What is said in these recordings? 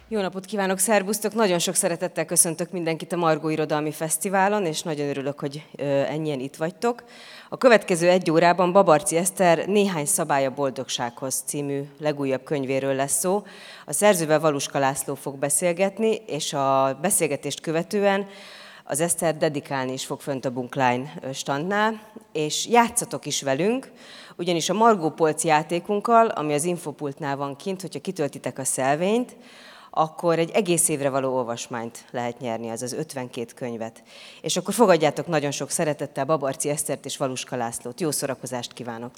Jó napot kívánok, szervusztok! Nagyon sok szeretettel köszöntök mindenkit a Margó Irodalmi Fesztiválon, és nagyon örülök, hogy ennyien itt vagytok. A következő 1 órában Babarczy Eszter Néhány szabály a boldogsághoz című legújabb könyvéről lesz szó. A szerzővel Valuska László fog beszélgetni, és a beszélgetést követően az Eszter dedikálni is fog fönt a Bunkline standnál, és játszatok is velünk, ugyanis a Margó polc játékunkkal, ami az infopultnál van kint, hogyha kitöltitek a szelvényt, akkor egy egész évre való olvasmányt lehet nyerni, azaz 52 könyvet. És akkor fogadjátok nagyon sok szeretettel Babarczy Esztert és Valuska Lászlót. Jó szórakozást kívánok!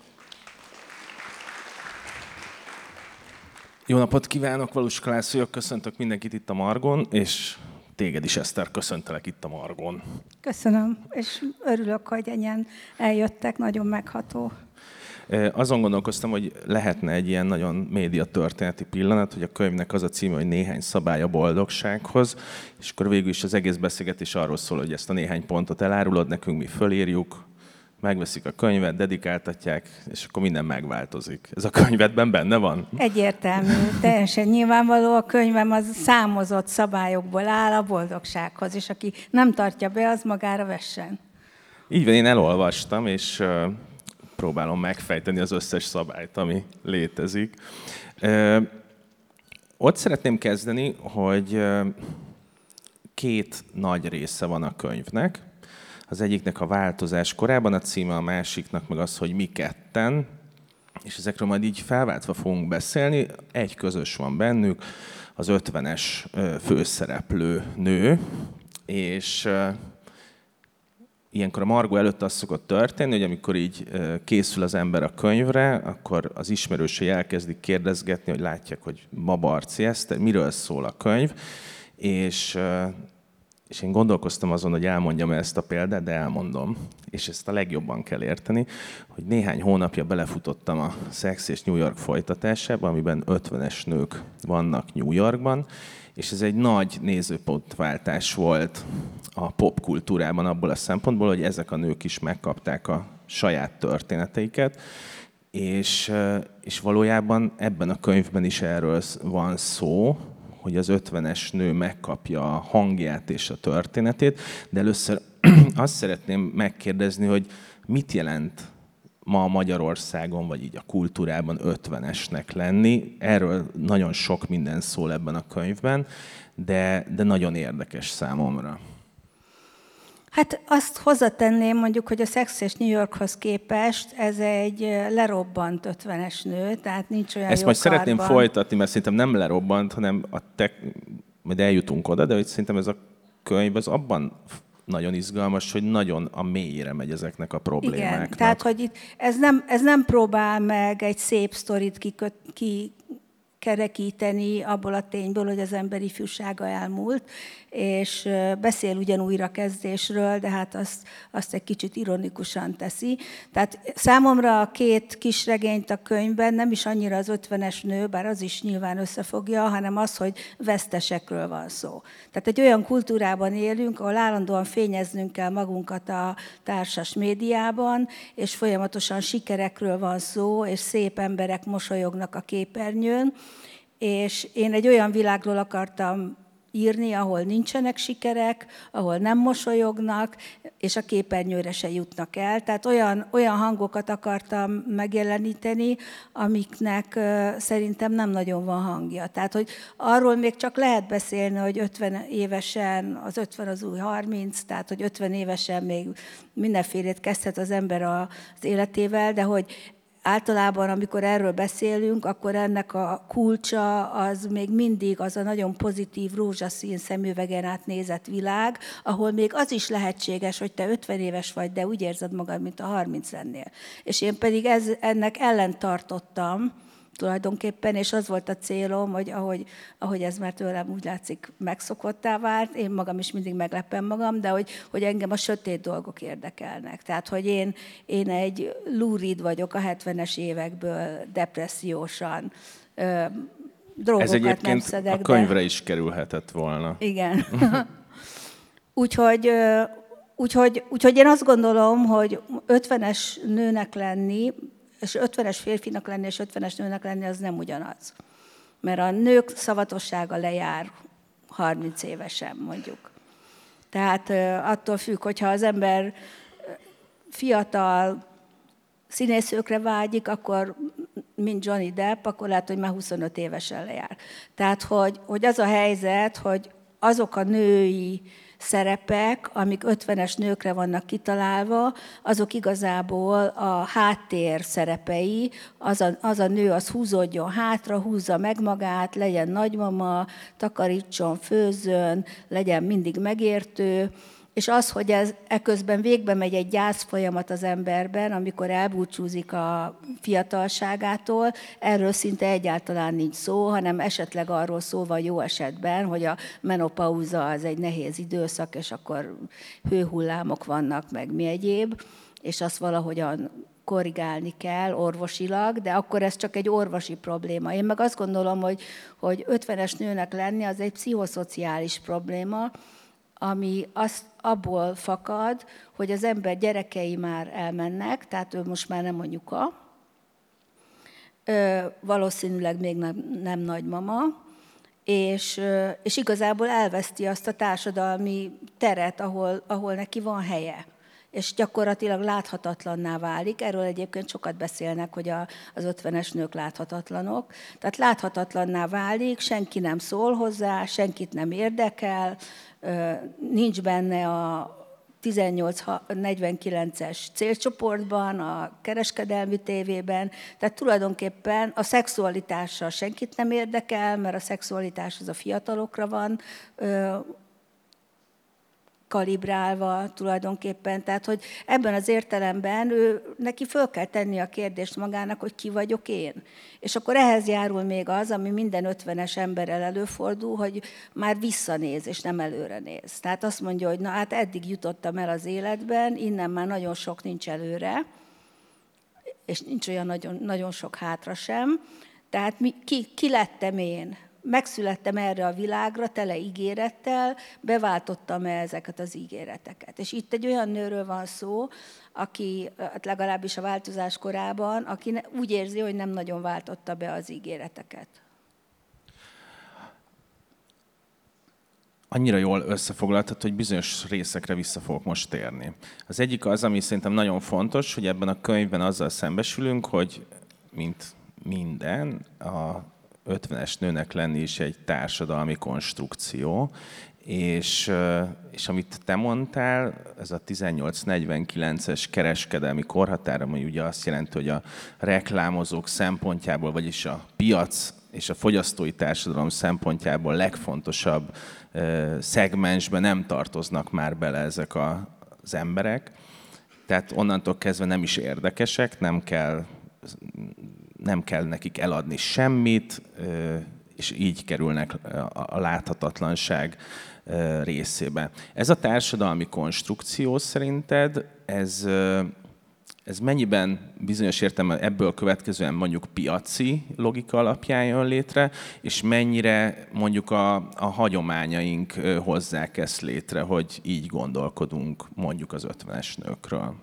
Jó napot kívánok, Valuska László, köszöntök mindenkit itt a Margon, és téged is, Eszter, köszöntelek itt a Margon. Köszönöm, és örülök, hogy ennyien eljöttek, nagyon megható. Azon gondolkoztam, hogy lehetne egy ilyen nagyon médiatörténeti pillanat, hogy a könyvnek az a címe, hogy Néhány szabály a boldogsághoz, és akkor végül is az egész beszélgetés arról szól, hogy ezt a néhány pontot elárulod nekünk, mi fölírjuk, megveszik a könyvet, dedikáltatják, és akkor minden megváltozik. Ez a könyvedben benne van? Egyértelmű, teljesen nyilvánvaló. A könyvem az számozott szabályokból áll a boldogsághoz, és aki nem tartja be, az magára vessen. Így van, én elolvastam, és próbálom megfejteni az összes szabályt, ami létezik. Ott szeretném kezdeni, hogy 2 nagy része van a könyvnek. Az egyiknek a változás korában a címe, a másiknak meg az, hogy mi ketten. És ezekről majd így felváltva fogunk beszélni. Egy közös van bennük, az 50-es főszereplő nő, és ilyenkor a Margó előtt az szokott történni, hogy amikor így készül az ember a könyvre, akkor az ismerősei elkezdik kérdezgetni, hogy látják, hogy Babarczy Eszter, miről szól a könyv, és én gondolkoztam azon, hogy elmondjam ezt a példát, de elmondom. És ezt a legjobban kell érteni, hogy néhány hónapja belefutottam a Sex és New York folytatásába, amiben 50-es nők vannak New Yorkban, és ez egy nagy nézőpontváltás volt a popkultúrában abból a szempontból, hogy ezek a nők is megkapták a saját történeteiket, és valójában ebben a könyvben is erről van szó, hogy az 50-es nő megkapja a hangját és a történetét, de először azt szeretném megkérdezni, hogy mit jelent ma Magyarországon, vagy így a kultúrában 50-esnek lenni. Erről nagyon sok minden szól ebben a könyvben, de nagyon érdekes számomra. Hát azt hozzátenném mondjuk, hogy a Sex és New Yorkhoz képest ez egy lerobbant 50-es nő, tehát nincs olyan ezt majd szeretném folytatni, mert szerintem nem lerobbant, hanem majd eljutunk oda, de hogy szerintem ez a könyv az abban nagyon izgalmas, hogy nagyon a mélyére megy ezeknek a problémáknak. Igen, tehát hogy itt ez nem próbál meg egy szép sztorit kerekíteni abból a tényből, hogy az ember ifjúsága elmúlt, és beszél ugyan újrakezdésről, de hát azt egy kicsit ironikusan teszi. Tehát számomra a 2 kisregényt a könyvben nem is annyira az 50-es nő, bár az is nyilván összefogja, hanem az, hogy vesztesekről van szó. Tehát egy olyan kultúrában élünk, ahol állandóan fényeznünk kell magunkat a társas médiában, és folyamatosan sikerekről van szó, és szép emberek mosolyognak a képernyőn, és én egy olyan világról akartam írni, ahol nincsenek sikerek, ahol nem mosolyognak, és a képernyőre se jutnak el. Tehát olyan hangokat akartam megjeleníteni, amiknek szerintem nem nagyon van hangja. Tehát, hogy arról még csak lehet beszélni, hogy 50 évesen, az 50 az új 30, tehát, hogy 50 évesen még mindenfélét kezdhet az ember az életével, de hogy általában, amikor erről beszélünk, akkor ennek a kulcsa az még mindig az a nagyon pozitív rózsaszín szemüvegen át nézett világ, ahol még az is lehetséges, hogy te 50 éves vagy, de úgy érzed magad, mint a 30 lennél. És én pedig ennek ellen tartottam tulajdonképpen, és az volt a célom, hogy ahogy ez már tőlem úgy látszik megszokottá vált, én magam is mindig meglepem magam, de hogy engem a sötét dolgok érdekelnek. Tehát, hogy én egy Lou Reed vagyok a 70-es évekből, depressziósan, drogokat nem szedek. A könyvre is kerülhetett volna. Igen. Úgyhogy én azt gondolom, hogy 50-es nőnek lenni, és 50-es férfinak lenni, és 50-es nőnek lenni, az nem ugyanaz. mert a nők szavatossága lejár 30 évesen, mondjuk. Tehát attól függ, hogyha az ember fiatal színészőkre vágyik, akkor, mint Johnny Depp, akkor lehet, hogy már 25 évesen lejár. Tehát, hogy az a helyzet, hogy azok a női szerepek, amik 50-es nőkre vannak kitalálva, azok igazából a háttér szerepei, az a nő az húzódjon hátra, húzza meg magát, legyen nagymama, takarítson, főzzön, legyen mindig megértő, és az, hogy ez eközben végbe megy egy gyászfolyamat az emberben, amikor elbúcsúzik a fiatalságától, erről szinte egyáltalán nincs szó, hanem esetleg arról szó van jó esetben, hogy a menopauza az egy nehéz időszak, és akkor hőhullámok vannak, meg mi egyéb, és azt valahogyan korrigálni kell orvosilag, de akkor ez csak egy orvosi probléma. Én meg azt gondolom, hogy 50-es nőnek lenni az egy pszichoszociális probléma, ami abból fakad, hogy az ember gyerekei már elmennek, tehát ő most már nem anyuka, valószínűleg még nem nagymama, és igazából elveszti azt a társadalmi teret, ahol neki van helye. És gyakorlatilag láthatatlanná válik. Erről egyébként sokat beszélnek, hogy az 50-es nők láthatatlanok. Tehát láthatatlanná válik, senki nem szól hozzá, senkit nem érdekel, nincs benne a 18-49-es célcsoportban, a kereskedelmi tévében, tehát tulajdonképpen a szexualitással senkit nem érdekel, mert a szexualitás az a fiatalokra van kalibrálva tulajdonképpen. Tehát, hogy ebben az értelemben neki föl kell tenni a kérdést magának, hogy ki vagyok én. És akkor ehhez járul még az, ami minden 50-es emberrel előfordul, hogy már visszanéz, és nem előre néz. Tehát azt mondja, hogy na hát eddig jutottam el az életben, innen már nagyon sok nincs előre, és nincs olyan nagyon, nagyon sok hátra sem. Tehát ki lettem én? Megszülettem erre a világra, tele ígérettel, beváltottam ezeket az ígéreteket. És itt egy olyan nőről van szó, aki legalábbis a változás korában, aki úgy érzi, hogy nem nagyon váltotta be az ígéreteket. Annyira jól összefoglaltad, hogy bizonyos részekre vissza fogok most térni. Az egyik az, ami szerintem nagyon fontos, hogy ebben a könyvben azzal szembesülünk, hogy mint minden, a 50-es nőnek lenni is egy társadalmi konstrukció, és amit te mondtál, ez a 1849-es kereskedelmi korhatár, ami ugye azt jelenti, hogy a reklámozók szempontjából, vagyis a piac és a fogyasztói társadalom szempontjából legfontosabb szegmensbe nem tartoznak már bele ezek az emberek. Tehát onnantól kezdve nem is érdekesek, nem kell nekik eladni semmit, és így kerülnek a láthatatlanság részébe. Ez a társadalmi konstrukció szerinted, ez mennyiben bizonyos értelemben ebből következően mondjuk piaci logika alapján jön létre, és mennyire mondjuk a hagyományaink hozzák ezt létre, hogy így gondolkodunk mondjuk az 50-es nőkről?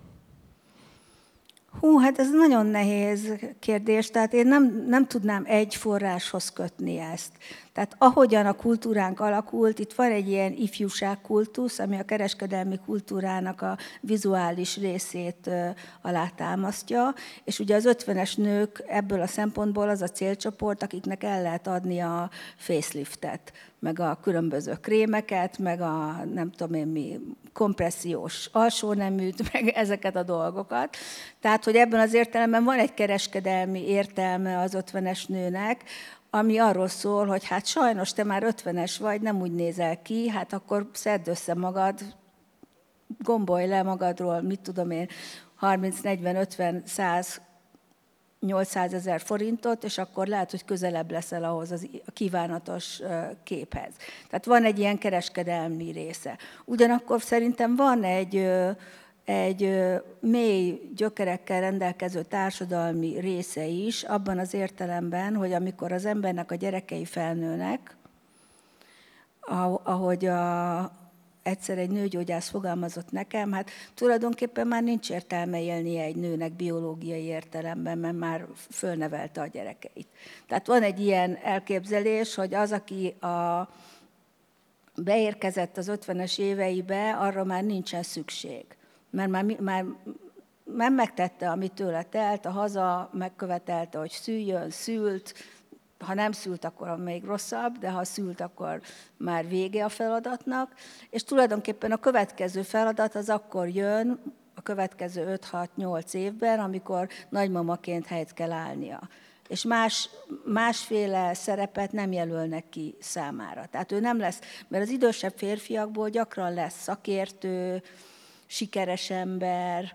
Hát ez nagyon nehéz kérdés, tehát én nem tudnám egy forráshoz kötni ezt. Tehát ahogyan a kultúránk alakult, itt van egy ilyen ifjúságkultusz, ami a kereskedelmi kultúrának a vizuális részét alátámasztja, és ugye az 50-es nők ebből a szempontból az a célcsoport, akiknek el lehet adni a faceliftet, meg a különböző krémeket, meg a nem tudom én mi, kompressziós alsóneműt, meg ezeket a dolgokat. Tehát, hogy ebben az értelemben van egy kereskedelmi értelme az 50-es nőnek, ami arról szól, hogy hát sajnos te már 50-es vagy, nem úgy nézel ki, hát akkor szedd össze magad, gombolj le magadról, mit tudom én, 30, 40, 50, 100, 800 000 forintot, és akkor lehet, hogy közelebb leszel ahhoz a kívánatos képhez. Tehát van egy ilyen kereskedelmi része. Ugyanakkor szerintem van egy mély gyökerekkel rendelkező társadalmi része is, abban az értelemben, hogy amikor az embernek a gyerekei felnőnek, ahogy egyszer egy nőgyógyász fogalmazott nekem, hát tulajdonképpen már nincs értelme élnie egy nőnek biológiai értelemben, mert már fölnevelte a gyerekeit. Tehát van egy ilyen elképzelés, hogy az, aki beérkezett az 50-es éveibe, arra már nincsen szükség. Mert már megtette, amit tőle telt, a haza megkövetelte, hogy szüljön, szült, ha nem szült, akkor még rosszabb, de ha szült, akkor már vége a feladatnak, és tulajdonképpen a következő feladat az akkor jön, a következő 5-6-8 évben, amikor nagymamaként helyt kell állnia. És másféle szerepet nem jelölnek ki számára. Tehát ő nem lesz, mert az idősebb férfiakból gyakran lesz szakértő, sikeres ember,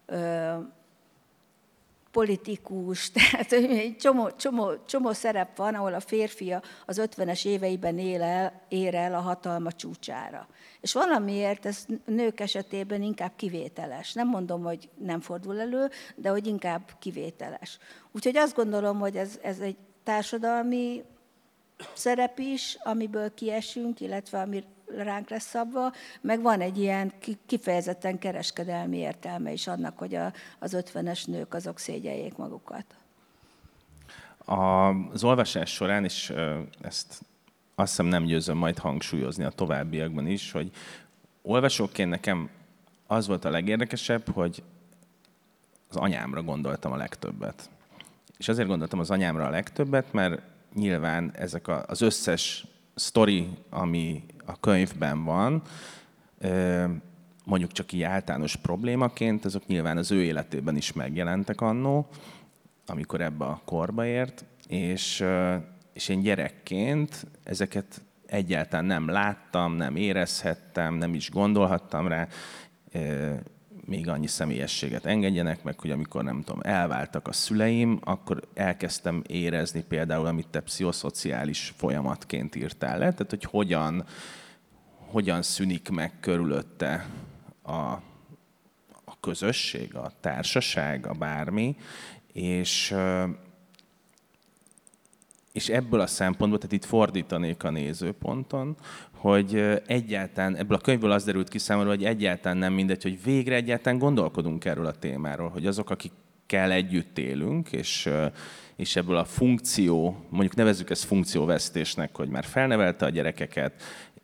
politikus, tehát egy csomó szerep van, ahol a férfi az 50-es éveiben ér el a hatalma csúcsára. És valamiért ez nők esetében inkább kivételes. Nem mondom, hogy nem fordul elő, de hogy inkább kivételes. Úgyhogy azt gondolom, hogy ez egy társadalmi szerep is, amiből kiesünk, illetve ami ránk lesz szabva, meg van egy ilyen kifejezetten kereskedelmi értelme is annak, hogy az 50-es nők azok szégyeljék magukat. Az olvasás során, és ezt azt hiszem nem győzöm majd hangsúlyozni a továbbiakban is, hogy olvasóként nekem az volt a legérdekesebb, hogy az anyámra gondoltam a legtöbbet. És azért gondoltam az anyámra a legtöbbet, mert nyilván ezek az összes sztori, ami a könyvben van, mondjuk csak így általános problémaként, azok nyilván az ő életében is megjelentek annó, amikor ebbe a korba ért, és én gyerekként ezeket egyáltalán nem láttam, nem érezhettem, nem is gondolhattam rá, még annyi személyességet engedjenek meg, hogy amikor nem tudom, elváltak a szüleim, akkor elkezdtem érezni például, amit te pszichoszociális folyamatként írtál le, tehát hogy hogyan szűnik meg körülötte a közösség, a társaság, a bármi, és ebből a szempontból, tehát itt fordítanék a nézőponton, hogy egyáltalán, ebből a könyvből az derült ki számomra, hogy egyáltalán nem mindegy, hogy végre egyáltalán gondolkodunk erről a témáról, hogy azok, akikkel együtt élünk, és ebből a funkció, mondjuk nevezzük ezt funkcióvesztésnek, hogy már felnevelte a gyerekeket,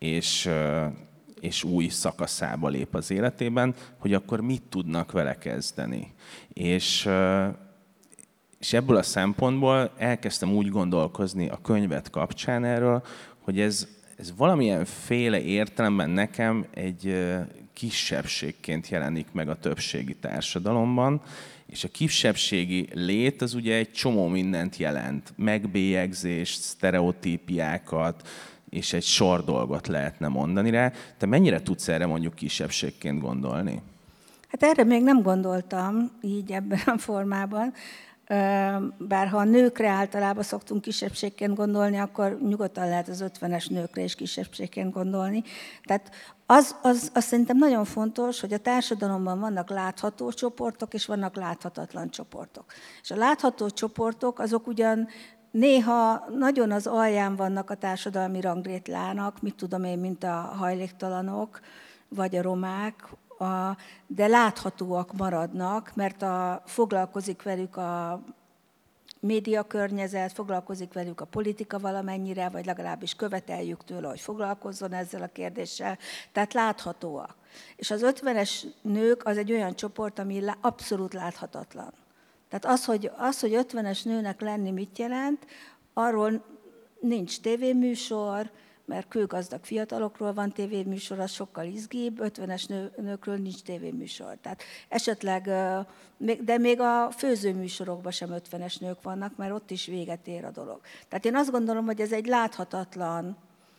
és új szakaszába lép az életében, hogy akkor mit tudnak vele kezdeni. És ebből a szempontból elkezdtem úgy gondolkozni a könyvet kapcsán erről, hogy ez valamilyen féle értelemben nekem egy kisebbségként jelenik meg a többségi társadalomban, és a kisebbségi lét az ugye egy csomó mindent jelent. Megbélyegzést, sztereotípiákat, és egy sor dolgot lehetne mondani rá. Te mennyire tudsz erre mondjuk kisebbségként gondolni? Hát erre még nem gondoltam így ebben a formában. Bár ha a nőkre általában szoktunk kisebbségként gondolni, akkor nyugodtan lehet az 50-es nőkre is kisebbségként gondolni. Tehát az szerintem nagyon fontos, hogy a társadalomban vannak látható csoportok, és vannak láthatatlan csoportok. És a látható csoportok azok ugyan néha nagyon az alján vannak a társadalmi ranglétlának, mit tudom én, mint a hajléktalanok, vagy a romák, de láthatóak maradnak, mert foglalkozik velük a médiakörnyezet, foglalkozik velük a politika valamennyire, vagy legalábbis követeljük tőle, hogy foglalkozzon ezzel a kérdéssel, tehát láthatóak. És az 50-es nők az egy olyan csoport, ami abszolút láthatatlan. Tehát az, hogy 50-es nőnek lenni mit jelent, arról nincs tévéműsor, mert kőgazdag fiatalokról van tévéműsor, az sokkal izgibb, 50-es nőkről nincs tévéműsor. Tehát esetleg, de még a főzőműsorokban sem 50-es nők vannak, mert ott is véget ér a dolog. Tehát én azt gondolom, hogy ez egy láthatatlan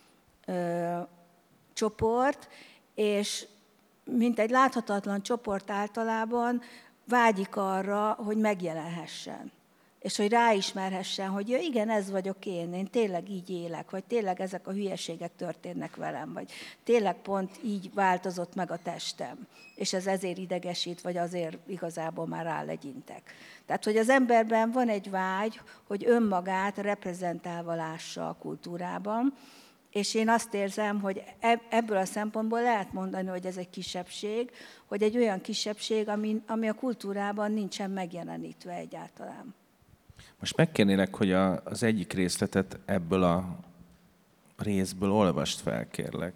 csoport, és mint egy láthatatlan csoport általában vágyik arra, hogy megjelenhessen. És hogy ráismerhessen, hogy ja, igen, ez vagyok én tényleg így élek, vagy tényleg ezek a hülyeségek történnek velem, vagy tényleg pont így változott meg a testem, és ez ezért idegesít, vagy azért igazából már rálegyintek. Tehát, hogy az emberben van egy vágy, hogy önmagát reprezentálva lássa a kultúrában, És én azt érzem, hogy ebből a szempontból lehet mondani, hogy ez egy kisebbség, hogy egy olyan kisebbség, ami a kultúrában nincsen megjelenítve egyáltalán. Most megkérnélek, hogy az egyik részletet ebből a részből olvast fel, kérlek.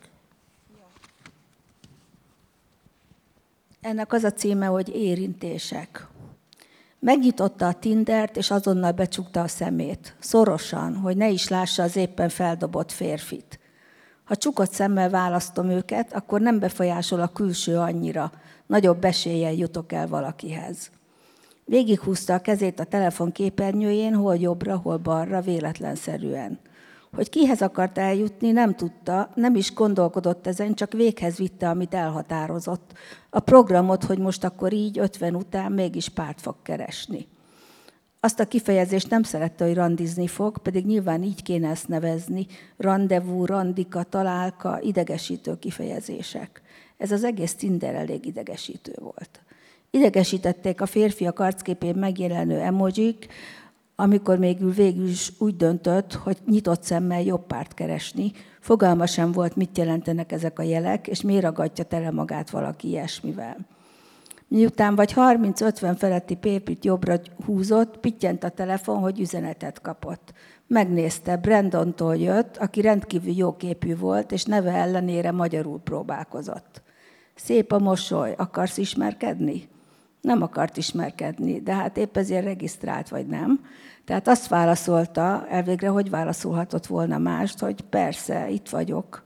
Ennek az a címe, hogy érintések. Megnyitotta a Tindert, és azonnal becsukta a szemét. Szorosan, hogy ne is lássa az éppen feldobott férfit. Ha csukott szemmel választom őket, akkor nem befolyásol a külső annyira. Nagyobb eséllyel jutok el valakihez. Végighúzta a kezét a telefon képernyőjén, hol jobbra, hol balra, véletlenszerűen. Hogy kihez akart eljutni, nem tudta, nem is gondolkodott ezen, csak véghez vitte, amit elhatározott. A programot, hogy most akkor így 50 után mégis párt fog keresni. Azt a kifejezést nem szerette, hogy randizni fog, pedig nyilván így kéne ezt nevezni. Randevú, randika, találka, idegesítő kifejezések. Ez az egész Tinder elég idegesítő volt. Idegesítették a férfiak arcképén megjelenő emojik, amikor végül is úgy döntött, hogy nyitott szemmel jobb párt keresni. Fogalma sem volt, mit jelentenek ezek a jelek, és miért ragadja tele magát valaki ilyesmivel. Miután vagy 30-50 feletti pépit jobbra húzott, pittyent a telefon, hogy üzenetet kapott. Megnézte, Brandontól jött, aki rendkívül jóképű volt, és neve ellenére magyarul próbálkozott. Szép a mosoly, akarsz ismerkedni? Nem akart ismerkedni, de hát épp ezért regisztrált, vagy nem. Tehát azt válaszolta, elvégre hogy válaszolhatott volna mást, hogy persze, itt vagyok.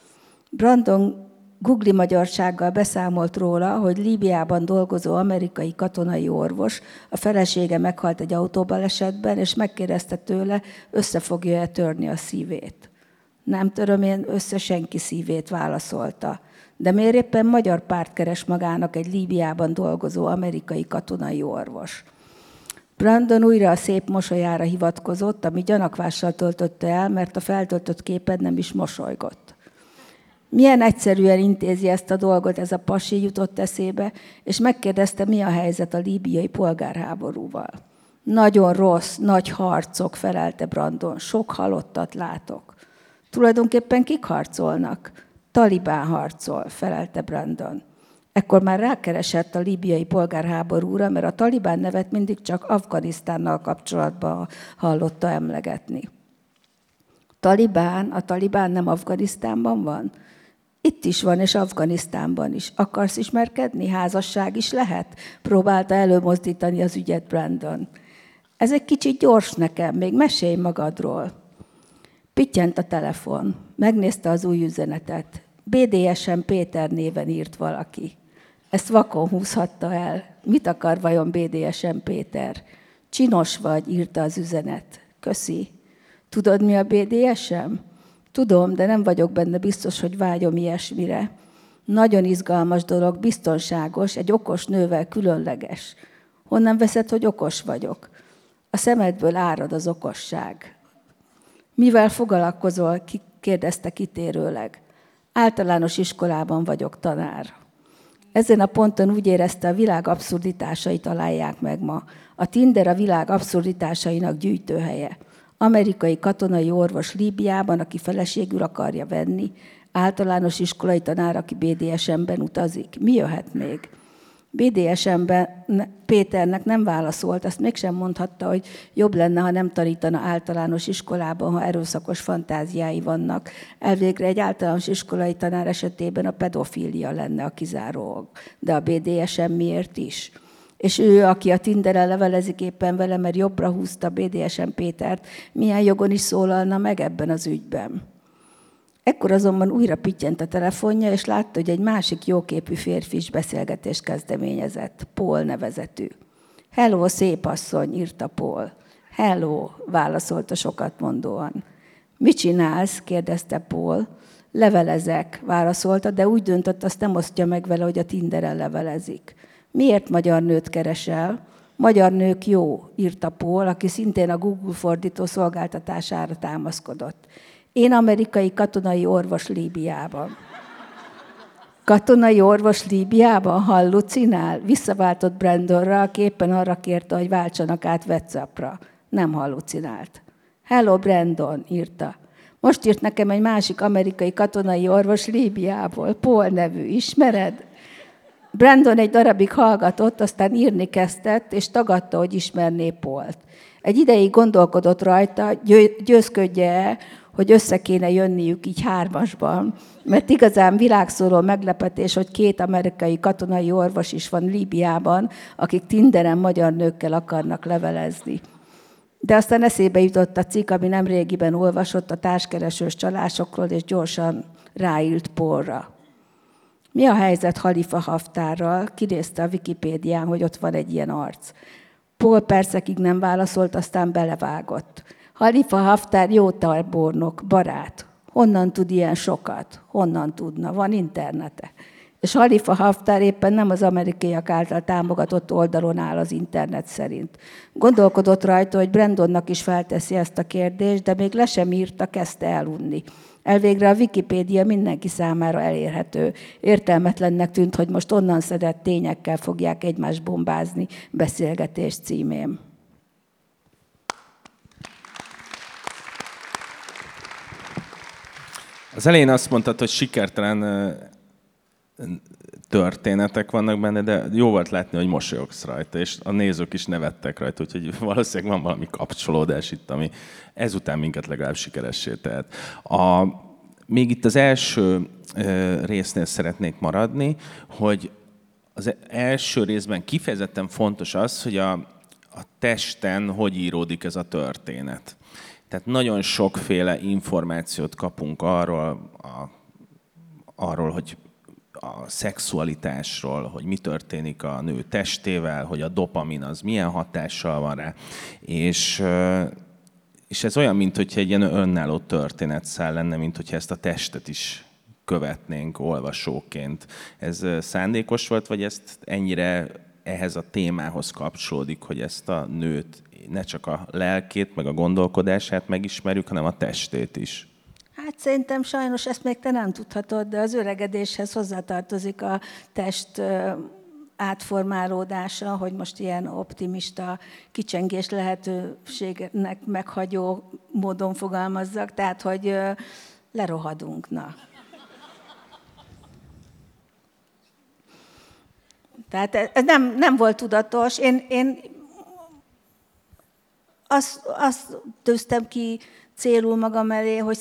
Brandon Google magyarsággal beszámolt róla, hogy Líbiában dolgozó amerikai katonai orvos, a felesége meghalt egy autóbalesetben, és megkérdezte tőle, össze fogja-e törni a szívét. Nem töröm én össze senki szívét, válaszolta. De miért éppen magyar párt keres magának egy Líbiában dolgozó amerikai katonai orvos? Brandon újra a szép mosolyára hivatkozott, ami gyanakvással töltötte el, mert a feltöltött képed nem is mosolygott. Milyen egyszerűen intézi ezt a dolgot ez a pasi, jutott eszébe, és megkérdezte, mi a helyzet a líbiai polgárháborúval. Nagyon rossz, nagy harcok, felelte Brandon, sok halottat látok. Tulajdonképpen kik harcolnak? Talibán harcol, felelte Brandon. Ekkor már rákeresett a líbiai polgárháborúra, mert a Talibán nevet mindig csak Afganisztánnal kapcsolatban hallotta emlegetni. A Talibán nem Afganisztánban van? Itt is van, és Afganisztánban is. Akarsz ismerkedni? Házasság is lehet? Próbálta előmozdítani az ügyet Brandon. Ez egy kicsit gyors nekem, még mesélj magadról. Pittyent a telefon. Megnézte az új üzenetet. BDSM Péter néven írt valaki. Ezt vakon húzhatta el. Mit akar vajon BDSM Péter? Csinos vagy, írta az üzenet. Köszi. Tudod, mi a BDSM? Tudom, de nem vagyok benne biztos, hogy vágyom ilyesmire. Nagyon izgalmas dolog, biztonságos, egy okos nővel különleges. Honnan veszed, hogy okos vagyok? A szemedből árad az okosság. Mivel foglalkozol? Kérdezte kitérőleg. Általános iskolában vagyok tanár. Ezen a ponton úgy érezte, a világ abszurditásait találják meg ma. A Tinder a világ abszurditásainak gyűjtőhelye. Amerikai katonai orvos Líbiában, aki feleségül akarja venni, általános iskolai tanár, aki BDSM-ben utazik. Mi jöhet még? BDSM-ben Péternek nem válaszolt, azt mégsem mondhatta, hogy jobb lenne, ha nem tanítana általános iskolában, ha erőszakos fantáziái vannak. Elvégre egy általános iskolai tanár esetében a pedofília lenne a kizáró, de a BDSM miért is? És ő, aki a Tinderen levelezik éppen vele, mert jobbra húzta BDSM Pétert, milyen jogon is szólalna meg ebben az ügyben? Ekkor azonban újra pittyent a telefonja, és látta, hogy egy másik jóképű férfi is beszélgetést kezdeményezett, Paul nevezetű. Hello, szép asszony, írta Paul. Hello, válaszolta sokat mondóan. Mit csinálsz? kérdezte Paul. Levelezek, válaszolta, de úgy döntött, azt nem osztja meg vele, hogy a Tinderen levelezik. Miért magyar nőt keresel? Magyar nők jó, írta Paul, aki szintén a Google fordító szolgáltatására támaszkodott. Én amerikai katonai orvos Líbiában. Katonai orvos Líbiában? Hallucinál? Visszaváltott Brandonra, aki éppen arra kérte, hogy váltsanak át WhatsAppra. Nem hallucinált. Hello, Brandon, írta. Most írt nekem egy másik amerikai katonai orvos Líbiából, Paul nevű, ismered? Brandon egy darabig hallgatott, aztán írni kezdett, és tagadta, hogy ismerné Pault. Egy ideig gondolkodott rajta, győzködje-e, hogy össze kéne jönniük így 3-asban, mert igazán világszóló meglepetés, hogy 2 amerikai katonai orvos is van Líbiában, akik Tinderen magyar nőkkel akarnak levelezni. De aztán eszébe jutott a cikk, ami nemrégiben olvasott a társkeresős csalásokról, és gyorsan ráírt Paulra. Mi a helyzet Halifa Haftárral? Kinézte a Wikipédián, hogy ott van egy ilyen arc. Paul percekig nem válaszolt, aztán belevágott. Halifa Haftár jó tábornok, barát. Honnan tud ilyen sokat? Honnan tudna? Van internete. És Halifa Haftár éppen nem az amerikaiak által támogatott oldalon áll az internet szerint. Gondolkodott rajta, hogy Brandonnak is felteszi ezt a kérdést, de még le sem írta, kezdte elunni. Elvégre a Wikipédia mindenki számára elérhető. Értelmetlennek tűnt, hogy most onnan szedett tényekkel fogják egymást bombázni beszélgetés címén. Az elején azt mondtad, hogy sikertelen történetek vannak benne, de jó volt látni, hogy mosolyogsz rajta, és a nézők is nevettek rajta, úgyhogy valószínűleg van valami kapcsolódás itt, ami ezután minket legalább sikeressé tehet. Még itt az első résznél szeretnék maradni, hogy az első részben kifejezetten fontos az, hogy a testen hogy íródik ez a történet. Tehát nagyon sokféle információt kapunk arról, hogy a szexualitásról, hogy mi történik a nő testével, hogy a dopamin az milyen hatással van rá. És ez olyan, mintha egy ilyen önálló történetszál lenne, mintha ezt a testet is követnénk olvasóként. Ez szándékos volt, vagy ezt ennyire ehhez a témához kapcsolódik, hogy ezt a nőt ne csak a lelkét, meg a gondolkodását megismerjük, hanem a testét is? Hát szerintem sajnos ezt még te nem tudhatod, de az öregedéshez hozzátartozik a test átformálódása, hogy most ilyen optimista kicsengés lehetőségnek meghagyó módon fogalmazzak, tehát hogy lerohadunk, na. Tehát ez nem volt tudatos. Én azt tűztem ki célul magam elé, hogy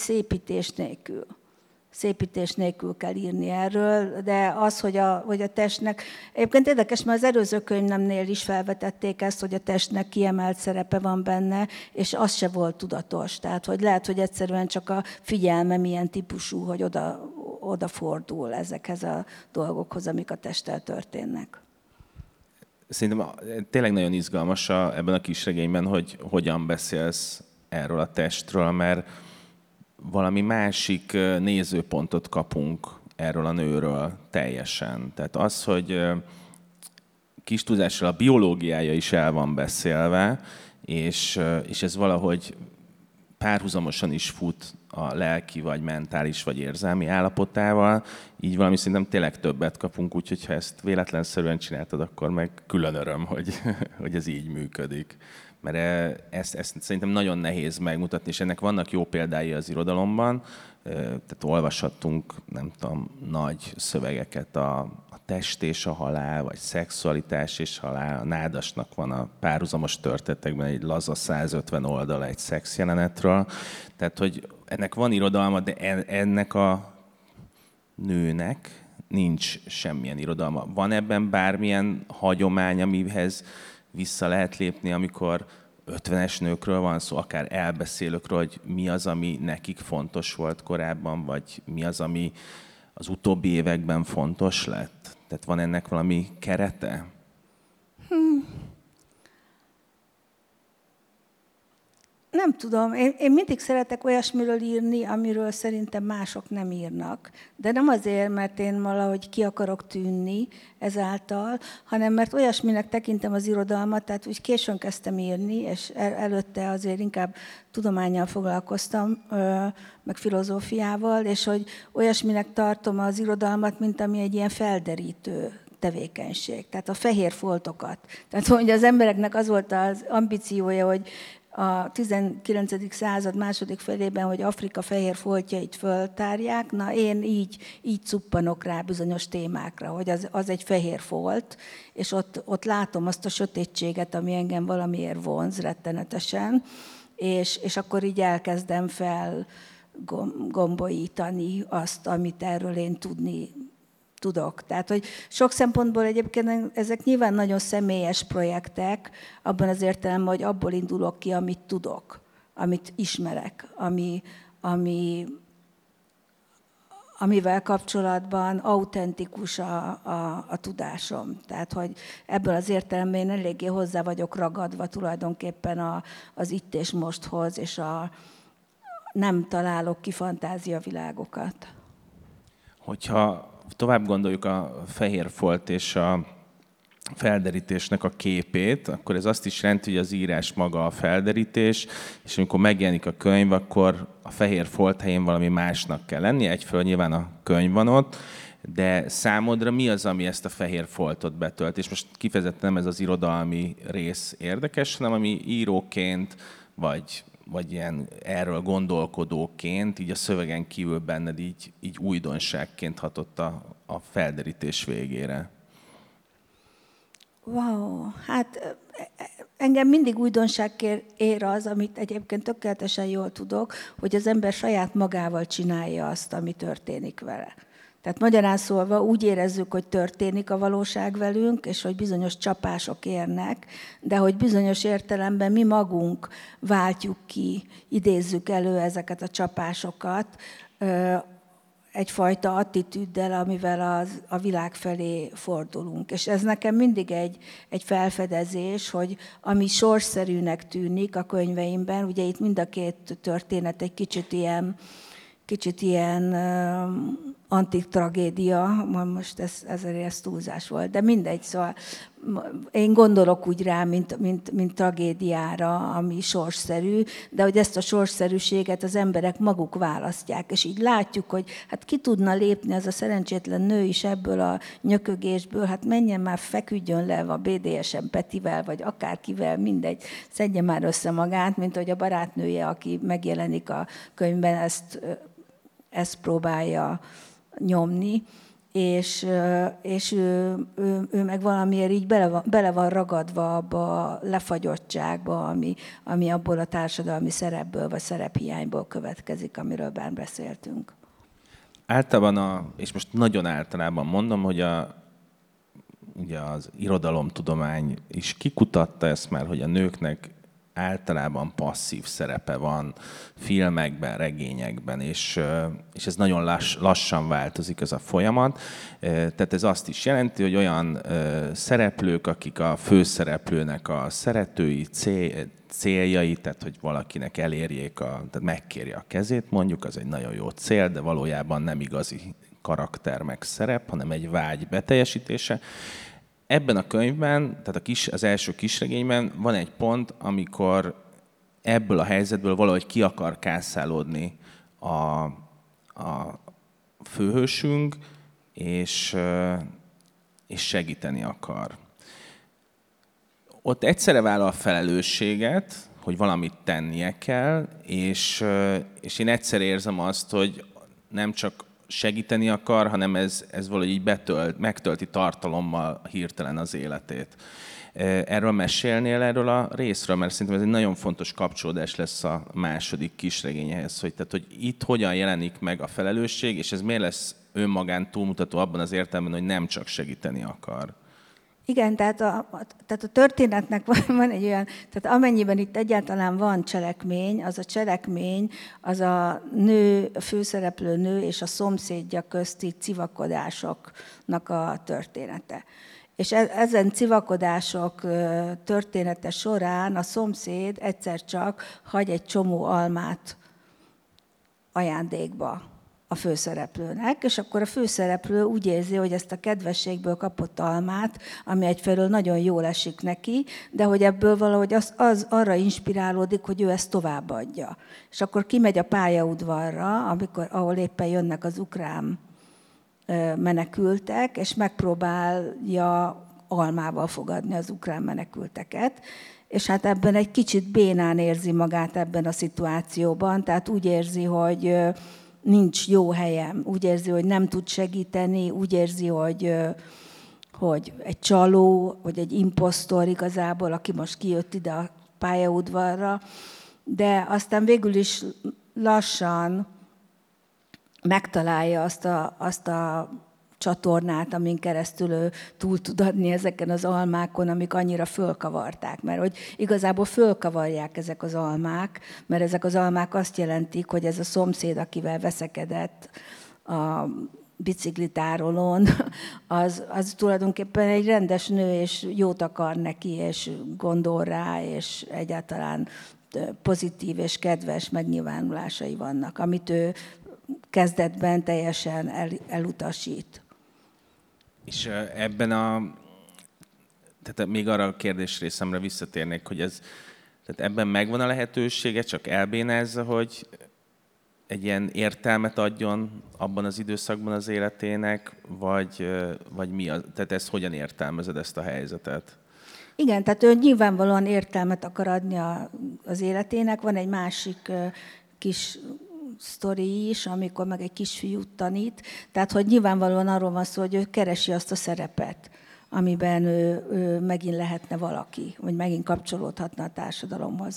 szépítés nélkül kell írni erről, de az, hogy a testnek... Egyébként érdekes, mert az előző könyvemnél is felvetették ezt, hogy a testnek kiemelt szerepe van benne, és az se volt tudatos. Tehát, hogy lehet, hogy egyszerűen csak a figyelmem ilyen típusú, hogy odafordul ezekhez a dolgokhoz, amik a testtel történnek. Szerintem tényleg nagyon izgalmas ebben a kisregényben, hogy hogyan beszélsz erről a testről, mert valami másik nézőpontot kapunk erről a nőről teljesen. Tehát az, hogy kis túlzással a biológiája is el van beszélve, és ez valahogy párhuzamosan is fut a lelki, vagy mentális, vagy érzelmi állapotával, így valami szerintem tényleg többet kapunk, úgyhogy ha ezt véletlenszerűen csináltad, akkor meg külön öröm, hogy ez így működik. Mert ezt szerintem nagyon nehéz megmutatni, és ennek vannak jó példái az irodalomban. Tehát olvashattunk, nem tudom, nagy szövegeket a test és a halál, vagy szexualitás és halál. A Nádasnak van a párhuzamos történetekben egy laza 150 oldal egy szexjelenetről. Tehát, hogy ennek van irodalma, de ennek a nőnek nincs semmilyen irodalma. Van ebben bármilyen hagyomány, amihez vissza lehet lépni, amikor 50-es nőkről van szó, akár elbeszélőkről, hogy mi az, ami nekik fontos volt korábban, vagy mi az, ami az utóbbi években fontos lett? Tehát van ennek valami kerete? Nem tudom. Én mindig szeretek olyasmiről írni, amiről szerintem mások nem írnak. De nem azért, mert én valahogy ki akarok tűnni ezáltal, hanem mert olyasminek tekintem az irodalmat, tehát úgy későn kezdtem írni, és előtte azért inkább tudománnyal foglalkoztam, meg filozófiával, és hogy olyasminek tartom az irodalmat, mint ami egy ilyen felderítő tevékenység. Tehát a fehér foltokat. Tehát hogy az embereknek az volt az ambíciója, hogy a 19. század második felében, hogy Afrika fehér foltjait föltárják, na én így cuppanok rá bizonyos témákra, hogy az egy fehér folt, és ott látom azt a sötétséget, ami engem valamiért vonz rettenetesen, és akkor így elkezdem gombolítani azt, amit erről én tudok. Tehát, hogy sok szempontból egyébként ezek nyilván nagyon személyes projektek, abban az értelemben, hogy abból indulok ki, amit tudok, amit ismerek, amivel kapcsolatban autentikus a tudásom. Tehát, hogy ebből az értelemben én eléggé hozzá vagyok ragadva tulajdonképpen az itt és mosthoz, és nem találok ki fantáziavilágokat. Hogyha tovább gondoljuk a fehér folt és a felderítésnek a képét, akkor ez azt is jelenti, hogy az írás maga a felderítés, és amikor megjelenik a könyv, akkor a fehér folt helyén valami másnak kell lenni. Egyfelől nyilván a könyv van ott, de számodra mi az, ami ezt a fehér foltot betölt? És most kifejezetten nem ez az irodalmi rész érdekes, hanem ami íróként, vagy ilyen erről gondolkodóként, így a szövegen kívül benned így újdonságként hatott a felderítés végére. Wow, hát engem mindig újdonság ér az, amit egyébként tökéletesen jól tudok, hogy az ember saját magával csinálja azt, ami történik vele. Tehát magyarán szólva úgy érezzük, hogy történik a valóság velünk, és hogy bizonyos csapások érnek, de hogy bizonyos értelemben mi magunk váltjuk ki, idézzük elő ezeket a csapásokat egyfajta attitűddel, amivel a világ felé fordulunk. És ez nekem mindig egy felfedezés, hogy ami sorsszerűnek tűnik a könyveimben, ugye itt mind a két történet egy kicsit ilyen antik tragédia, most ez túlzás volt, de mindegy, szóval én gondolok úgy rá, mint tragédiára, ami sorsszerű, de hogy ezt a sorsszerűséget az emberek maguk választják, és így látjuk, hogy hát ki tudna lépni az a szerencsétlen nő is ebből a nyökögésből, hát menjen már, feküdjön le a BDSM Petivel, vagy akárkivel, mindegy, szedje már össze magát, mint hogy a barátnője, aki megjelenik a könyvben, ezt próbálja nyomni, és ő meg valamiért így bele van ragadva abba a lefagyottságba, ami abból a társadalmi szerepből vagy szerephiányból következik, amiről bár beszéltünk. Általában, és most nagyon általában mondom, hogy ugye az irodalomtudomány is kikutatta ezt már, hogy a nőknek általában passzív szerepe van filmekben, regényekben, és ez nagyon lassan változik ez a folyamat. Tehát ez azt is jelenti, hogy olyan szereplők, akik a főszereplőnek a szeretői céljai, tehát hogy valakinek elérjék, tehát megkérje a kezét, mondjuk, az egy nagyon jó cél, de valójában nem igazi karakter meg szerep, hanem egy vágy beteljesítése. Ebben a könyvben, tehát az első kisregényben van egy pont, amikor ebből a helyzetből valahogy ki akar kászálódni a főhősünk, és segíteni akar. Ott egyszerre vállal a felelősséget, hogy valamit tennie kell, és én egyszer érzem azt, hogy nem csak segíteni akar, hanem ez valahogy így megtölti tartalommal hirtelen az életét. Erről mesélnél, erről a részről, mert szerintem ez egy nagyon fontos kapcsolódás lesz a második kisregényhez, hogy itt hogyan jelenik meg a felelősség, és ez miért lesz önmagán túlmutató abban az értelemben, hogy nem csak segíteni akar. Igen, tehát a történetnek van egy olyan, tehát amennyiben itt egyáltalán van cselekmény, az a nő, a főszereplő nő és a szomszédja közti civakodásoknak a története. És ezen civakodások története során a szomszéd egyszer csak hagy egy csomó almát ajándékba a főszereplőnek, és akkor a főszereplő úgy érzi, hogy ezt a kedvességből kapott almát, ami egyfelől nagyon jól esik neki, de hogy ebből valahogy az arra inspirálódik, hogy ő ezt továbbadja. És akkor kimegy a pályaudvarra, ahol éppen jönnek az ukrán menekültek, és megpróbálja almával fogadni az ukrán menekülteket, és hát ebben egy kicsit bénán érzi magát ebben a szituációban, tehát úgy érzi, hogy nincs jó helyem, úgy érzi, hogy nem tud segíteni, úgy érzi, hogy egy csaló, vagy egy imposztor igazából, aki most kijött ide a pályaudvarra, de aztán végül is lassan megtalálja azt a csatornát, amin keresztül ő túl tud adni ezeken az almákon, amik annyira fölkavarták. Mert hogy igazából fölkavarják ezek az almák, mert ezek az almák azt jelentik, hogy ez a szomszéd, akivel veszekedett a biciklitárolón, az tulajdonképpen egy rendes nő, és jót akar neki, és gondol rá, és egyáltalán pozitív és kedves megnyilvánulásai vannak, amit ő kezdetben teljesen elutasít. És ebben tehát még arra a kérdésrészemre visszatérnék, hogy tehát ebben megvan a lehetősége, csak elbénázza, hogy egy ilyen értelmet adjon abban az időszakban az életének, vagy mi az? Tehát ezt hogyan értelmezed, ezt a helyzetet? Igen, tehát ő nyilvánvalóan értelmet akar adni az életének. Van egy másik kis sztori is, amikor meg egy kisfiút tanít. Tehát, hogy nyilvánvalóan arról van szó, hogy ő keresi azt a szerepet, amiben ő megint lehetne valaki, vagy megint kapcsolódhatna a társadalomhoz.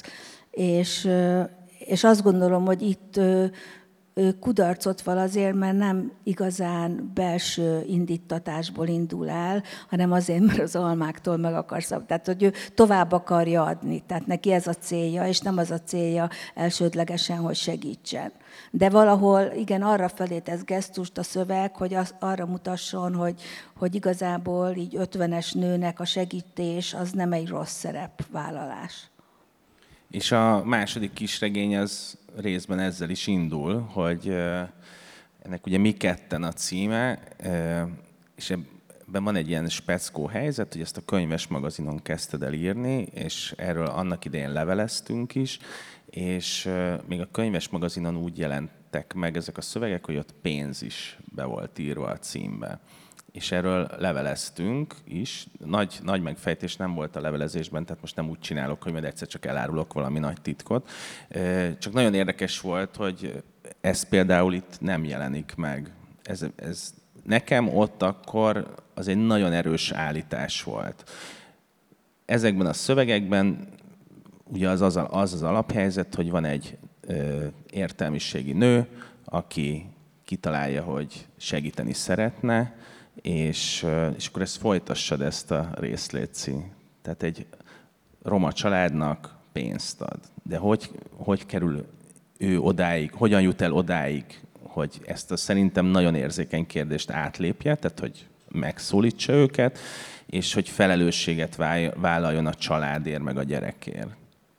És azt gondolom, hogy itt kudarcot val azért, mert nem igazán belső indítatásból indul el, hanem azért, mert az almáktól meg akar szabadulni. Tehát, hogy ő tovább akarja adni. Tehát neki ez a célja, és nem az a célja elsődlegesen, hogy segítsen. De valahol, igen, arra felé tesz gesztust a szöveg, hogy arra mutasson, hogy igazából így 50-es nőnek a segítés az nem egy rossz szerepvállalás. És a második kisregény az részben ezzel is indul, hogy ennek ugye Mi ketten a címe, és ebben van egy ilyen speckó helyzet, hogy ezt a Könyves magazinon kezdted el írni, és erről annak idején leveleztünk is, és még a Könyves magazinon úgy jelentek meg ezek a szövegek, hogy ott pénz is be volt írva a címbe. És erről leveleztünk is. Nagy megfejtés nem volt a levelezésben, tehát most nem úgy csinálok, hogy majd egyszer csak elárulok valami nagy titkot. Csak nagyon érdekes volt, hogy ez például itt nem jelenik meg. Ez nekem ott akkor az egy nagyon erős állítás volt. Ezekben a szövegekben ugye az alaphelyzet, hogy van egy értelmiségi nő, aki kitalálja, hogy segíteni szeretne, és akkor ezt folytassad, ezt a részt, létszi. Tehát egy roma családnak pénzt ad. De hogy kerül ő odáig, hogyan jut el odáig, hogy ezt a szerintem nagyon érzékeny kérdést átlépje, tehát hogy megszólítsa őket, és hogy felelősséget vállaljon a családért, meg a gyerekért.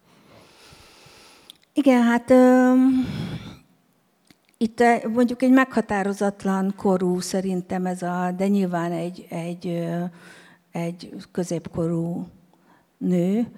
Igen, hát itt mondjuk egy meghatározatlan korú szerintem de nyilván egy középkorú nő,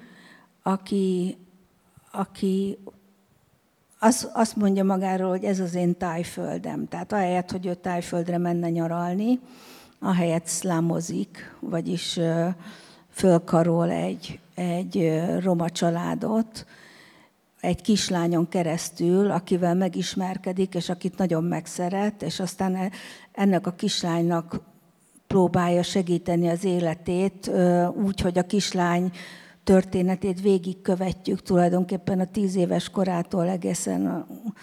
aki azt mondja magáról, hogy ez az én tájföldem. Tehát ahelyett, hogy ő tájföldre menne nyaralni, ahelyett szlámozik, vagyis fölkarol egy roma családot, egy kislányon keresztül, akivel megismerkedik, és akit nagyon megszeret, és aztán ennek a kislánynak próbálja segíteni az életét, úgy, hogy a kislány történetét végigkövetjük tulajdonképpen a 10 éves korától egészen a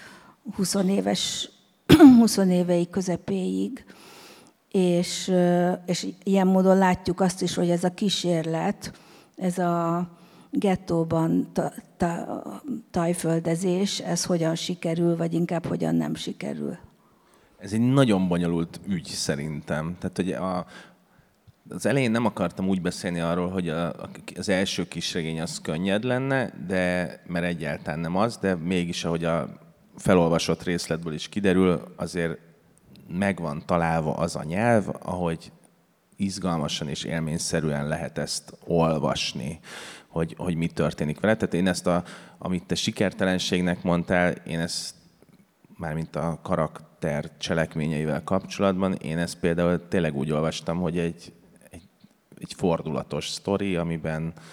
20 évei közepéig. És ilyen módon látjuk azt is, hogy ez a kísérlet, ez a gettóban tájföldezés, ez hogyan sikerül, vagy inkább hogyan nem sikerül. Ez egy nagyon bonyolult ügy szerintem. Tehát, hogy az elején nem akartam úgy beszélni arról, hogy az első kisregény az könnyed lenne, mert egyáltalán nem az, de mégis, ahogy a felolvasott részletből is kiderül, azért meg van találva az a nyelv, ahogy izgalmasan és élményszerűen lehet ezt olvasni, hogy mi történik vele. Tehát én ezt, amit te sikertelenségnek mondtál, én ezt mármint a karakter cselekményeivel kapcsolatban, én ezt például tényleg úgy olvastam, hogy egy fordulatos sztori, amiben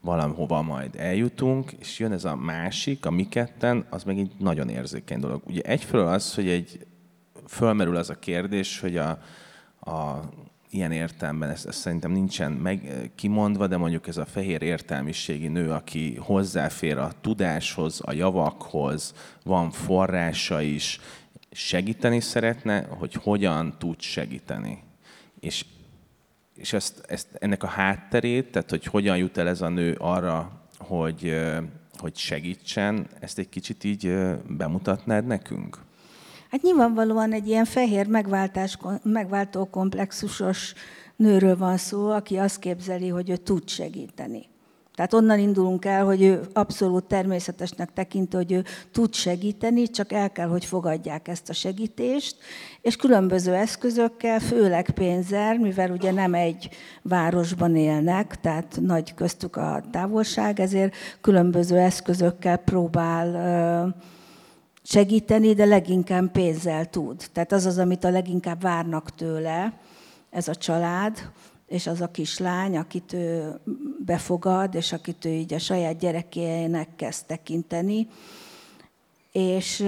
valahova majd eljutunk, és jön ez a másik, a mi ketten, az meg egy nagyon érzékeny dolog. Ugye egyfelől az, hogy fölmerül az a kérdés, hogy ilyen értelemben ez szerintem nincsen kimondva, de mondjuk ez a fehér értelmiségi nő, aki hozzáfér a tudáshoz, a javakhoz, van forrása is, segíteni szeretne, hogy hogyan tud segíteni. És ennek a hátterét, tehát hogy hogyan jut el ez a nő arra, hogy segítsen, ezt egy kicsit így bemutatnád nekünk? Hát nyilvánvalóan egy ilyen fehér megváltó komplexusos nőről van szó, aki azt képzeli, hogy ő tud segíteni. Tehát onnan indulunk el, hogy ő abszolút természetesnek tekinti, hogy ő tud segíteni, csak el kell, hogy fogadják ezt a segítést, és különböző eszközökkel, főleg pénzzel, mivel ugye nem egy városban élnek, tehát nagy köztük a távolság, ezért különböző eszközökkel próbál segíteni, de leginkább pénzzel tud. Tehát az, amit a leginkább várnak tőle, ez a család, és az a kislány, akit ő befogad, és akit ő így a saját gyerekének kezd tekinteni. És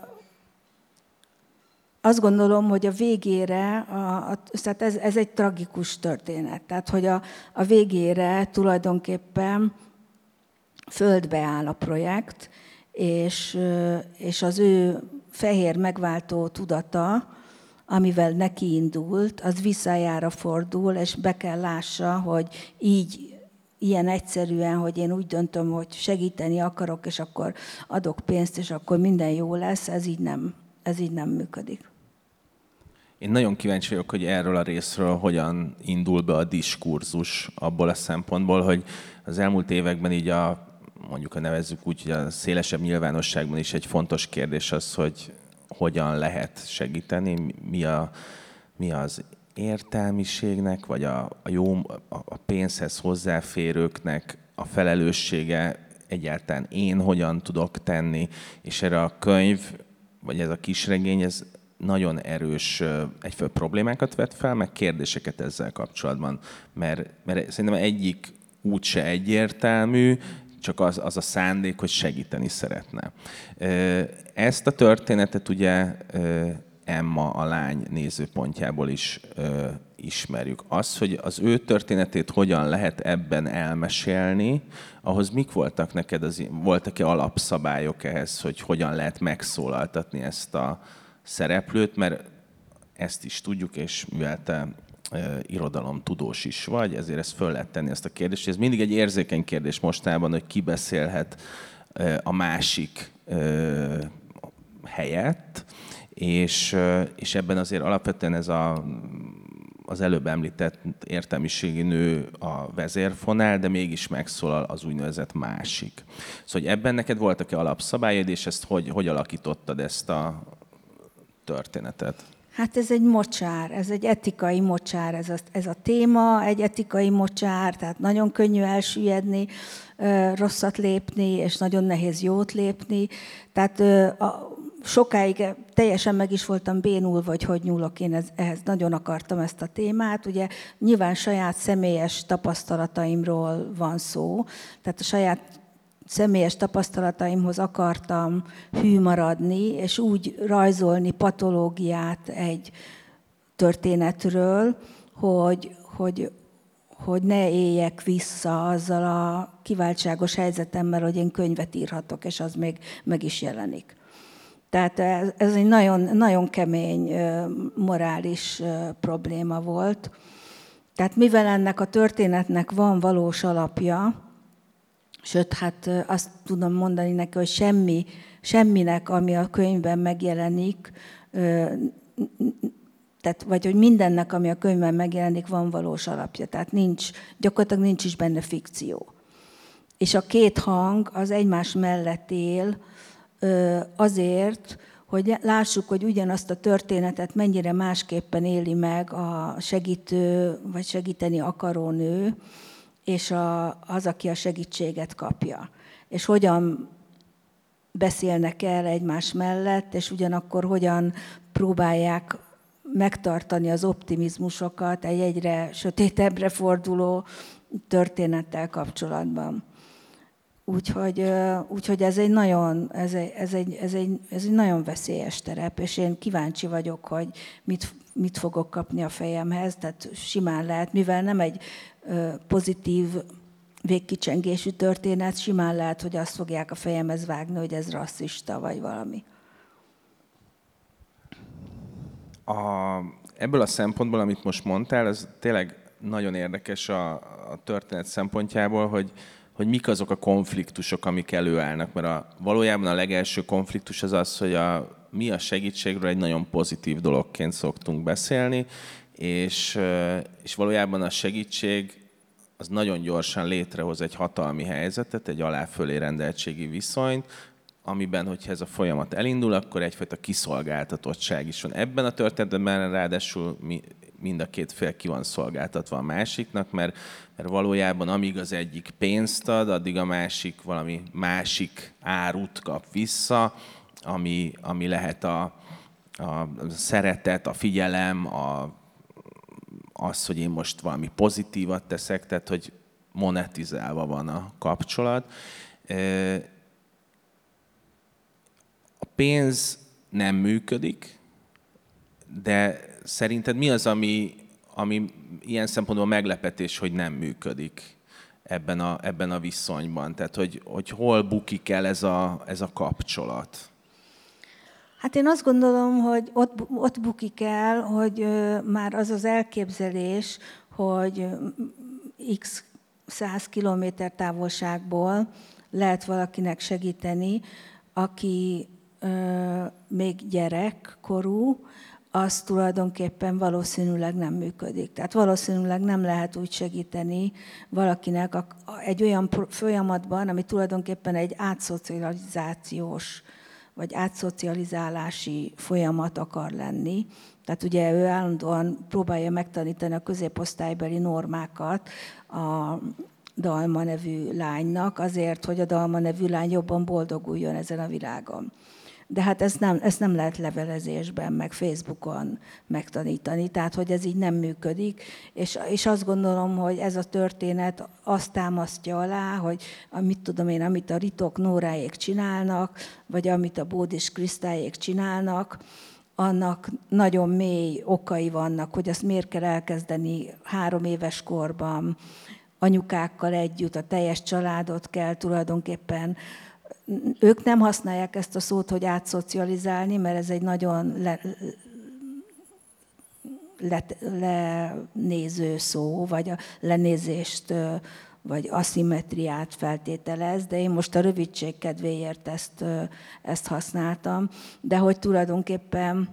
azt gondolom, hogy a végére, tehát ez egy tragikus történet, tehát hogy a végére tulajdonképpen földbe áll a projekt, és az ő fehér megváltó tudata, amivel neki indult, az visszájára fordul, és be kell lássa, hogy ilyen egyszerűen, hogy én úgy döntöm, hogy segíteni akarok, és akkor adok pénzt, és akkor minden jó lesz, ez így nem működik. Én nagyon kíváncsi vagyok, hogy erről a részről hogyan indul be a diskurzus abból a szempontból, hogy az elmúlt években így mondjuk nevezzük úgy, hogy a szélesebb nyilvánosságban is egy fontos kérdés az, hogy hogyan lehet segíteni, mi az értelmiségnek, vagy a pénzhez hozzáférőknek a felelőssége, egyáltalán én hogyan tudok tenni, és erre a könyv, vagy ez a kisregény, ez nagyon erős egyféle problémákat vet fel, meg kérdéseket ezzel kapcsolatban, mert szerintem egyik úgyse egyértelmű, csak az a szándék, hogy segíteni szeretne. Ezt a történetet ugye Emma, a lány nézőpontjából is ismerjük. Az, hogy az ő történetét hogyan lehet ebben elmesélni, ahhoz mik voltak neked, voltak-e alapszabályok ehhez, hogy hogyan lehet megszólaltatni ezt a szereplőt, mert ezt is tudjuk, és mivel te irodalomtudós is vagy, ezért ezt föl lehet tenni ezt a kérdést. Ez mindig egy érzékeny kérdés mostában, hogy ki beszélhet a másik helyett, és ebben azért alapvetően ez az előbb említett értelmiségi nő a vezérfonál, de mégis megszólal az úgynevezett másik. Szóval ebben neked voltak-e alapszabályod, és ezt hogy alakítottad ezt a történetet? Hát ez egy mocsár, ez egy etikai mocsár, ez a téma egy etikai mocsár, tehát nagyon könnyű elsüllyedni, rosszat lépni, és nagyon nehéz jót lépni. Tehát sokáig teljesen meg is voltam bénulva, hogy nyúlok én ehhez. Nagyon akartam ezt a témát. Ugye nyilván saját személyes tapasztalataimról van szó, tehát a saját személyes tapasztalataimhoz akartam hű maradni, és úgy rajzolni patológiát egy történetről, hogy ne éljek vissza azzal a kiváltságos helyzetemmel, hogy én könyvet írhatok, és az még meg is jelenik. Tehát ez egy nagyon, nagyon kemény morális probléma volt. Tehát mivel ennek a történetnek van valós alapja, sőt, hát azt tudom mondani neki, hogy semminek, ami a könyvben megjelenik, tehát, vagy hogy mindennek, ami a könyvben megjelenik, van valós alapja. Tehát gyakorlatilag nincs is benne fikció. És a két hang az egymás mellett él azért, hogy lássuk, hogy ugyanazt a történetet mennyire másképpen éli meg a segítő, vagy segíteni akaró nő, és az, aki a segítséget kapja. És hogyan beszélnek el egymás mellett, és ugyanakkor hogyan próbálják megtartani az optimizmusokat egy egyre sötétebbre forduló történettel kapcsolatban. Úgyhogy ez egy nagyon veszélyes terep, és én kíváncsi vagyok, hogy mit fogok kapni a fejemhez. Tehát simán lehet, mivel nem egy pozitív végkicsengésű történet, simán lehet, hogy azt fogják a fejemhez vágni, hogy ez rasszista, vagy valami. Ebből a szempontból, amit most mondtál, ez tényleg nagyon érdekes a történet szempontjából, hogy mik azok a konfliktusok, amik előállnak. Mert valójában a legelső konfliktus az, hogy mi a segítségről egy nagyon pozitív dologként szoktunk beszélni, és valójában a segítség az nagyon gyorsan létrehoz egy hatalmi helyzetet, egy alá-fölé rendeltségi viszonyt, amiben, hogyha ez a folyamat elindul, akkor egyfajta kiszolgáltatottság is van. Ebben a történetben ráadásul mind a két fél ki van szolgáltatva a másiknak, mert valójában amíg az egyik pénzt ad, addig a másik valami másik árut kap vissza, ami lehet a szeretet, a figyelem, az, hogy én most valami pozitívat teszek, tehát hogy monetizálva van a kapcsolat. A pénz nem működik, de szerinted mi az, ami ilyen szempontból meglepetés, hogy nem működik ebben a viszonyban? Tehát, hogy hol bukik el ez a kapcsolat? Hát én azt gondolom, hogy ott bukik el, hogy már az az elképzelés, hogy x 100 kilométer távolságból lehet valakinek segíteni, aki még gyerekkorú, az tulajdonképpen valószínűleg nem működik. Tehát valószínűleg nem lehet úgy segíteni valakinek egy olyan folyamatban, ami tulajdonképpen egy átszocializációs vagy átszocializálási folyamat akar lenni. Tehát ugye ő állandóan próbálja megtanítani a középosztálybeli normákat a Dalma nevű lánynak, azért, hogy a Dalma nevű lány jobban boldoguljon ezen a világon. De hát ezt nem lehet levelezésben, meg Facebookon megtanítani, tehát hogy ez így nem működik. És azt gondolom, hogy ez a történet azt támasztja alá, hogy amit a Ritok Nóráék csinálnak, vagy amit a Bódis Krisztályék csinálnak, annak nagyon mély okai vannak, hogy azt miért kell elkezdeni 3 éves korban, anyukákkal együtt, a teljes családot kell tulajdonképpen. Ők nem használják ezt a szót, hogy átszocializálni, mert ez egy nagyon lenéző szó, vagy a lenézést, vagy aszimmetriát feltételez, de én most a rövidség kedvéért ezt használtam, de hogy tulajdonképpen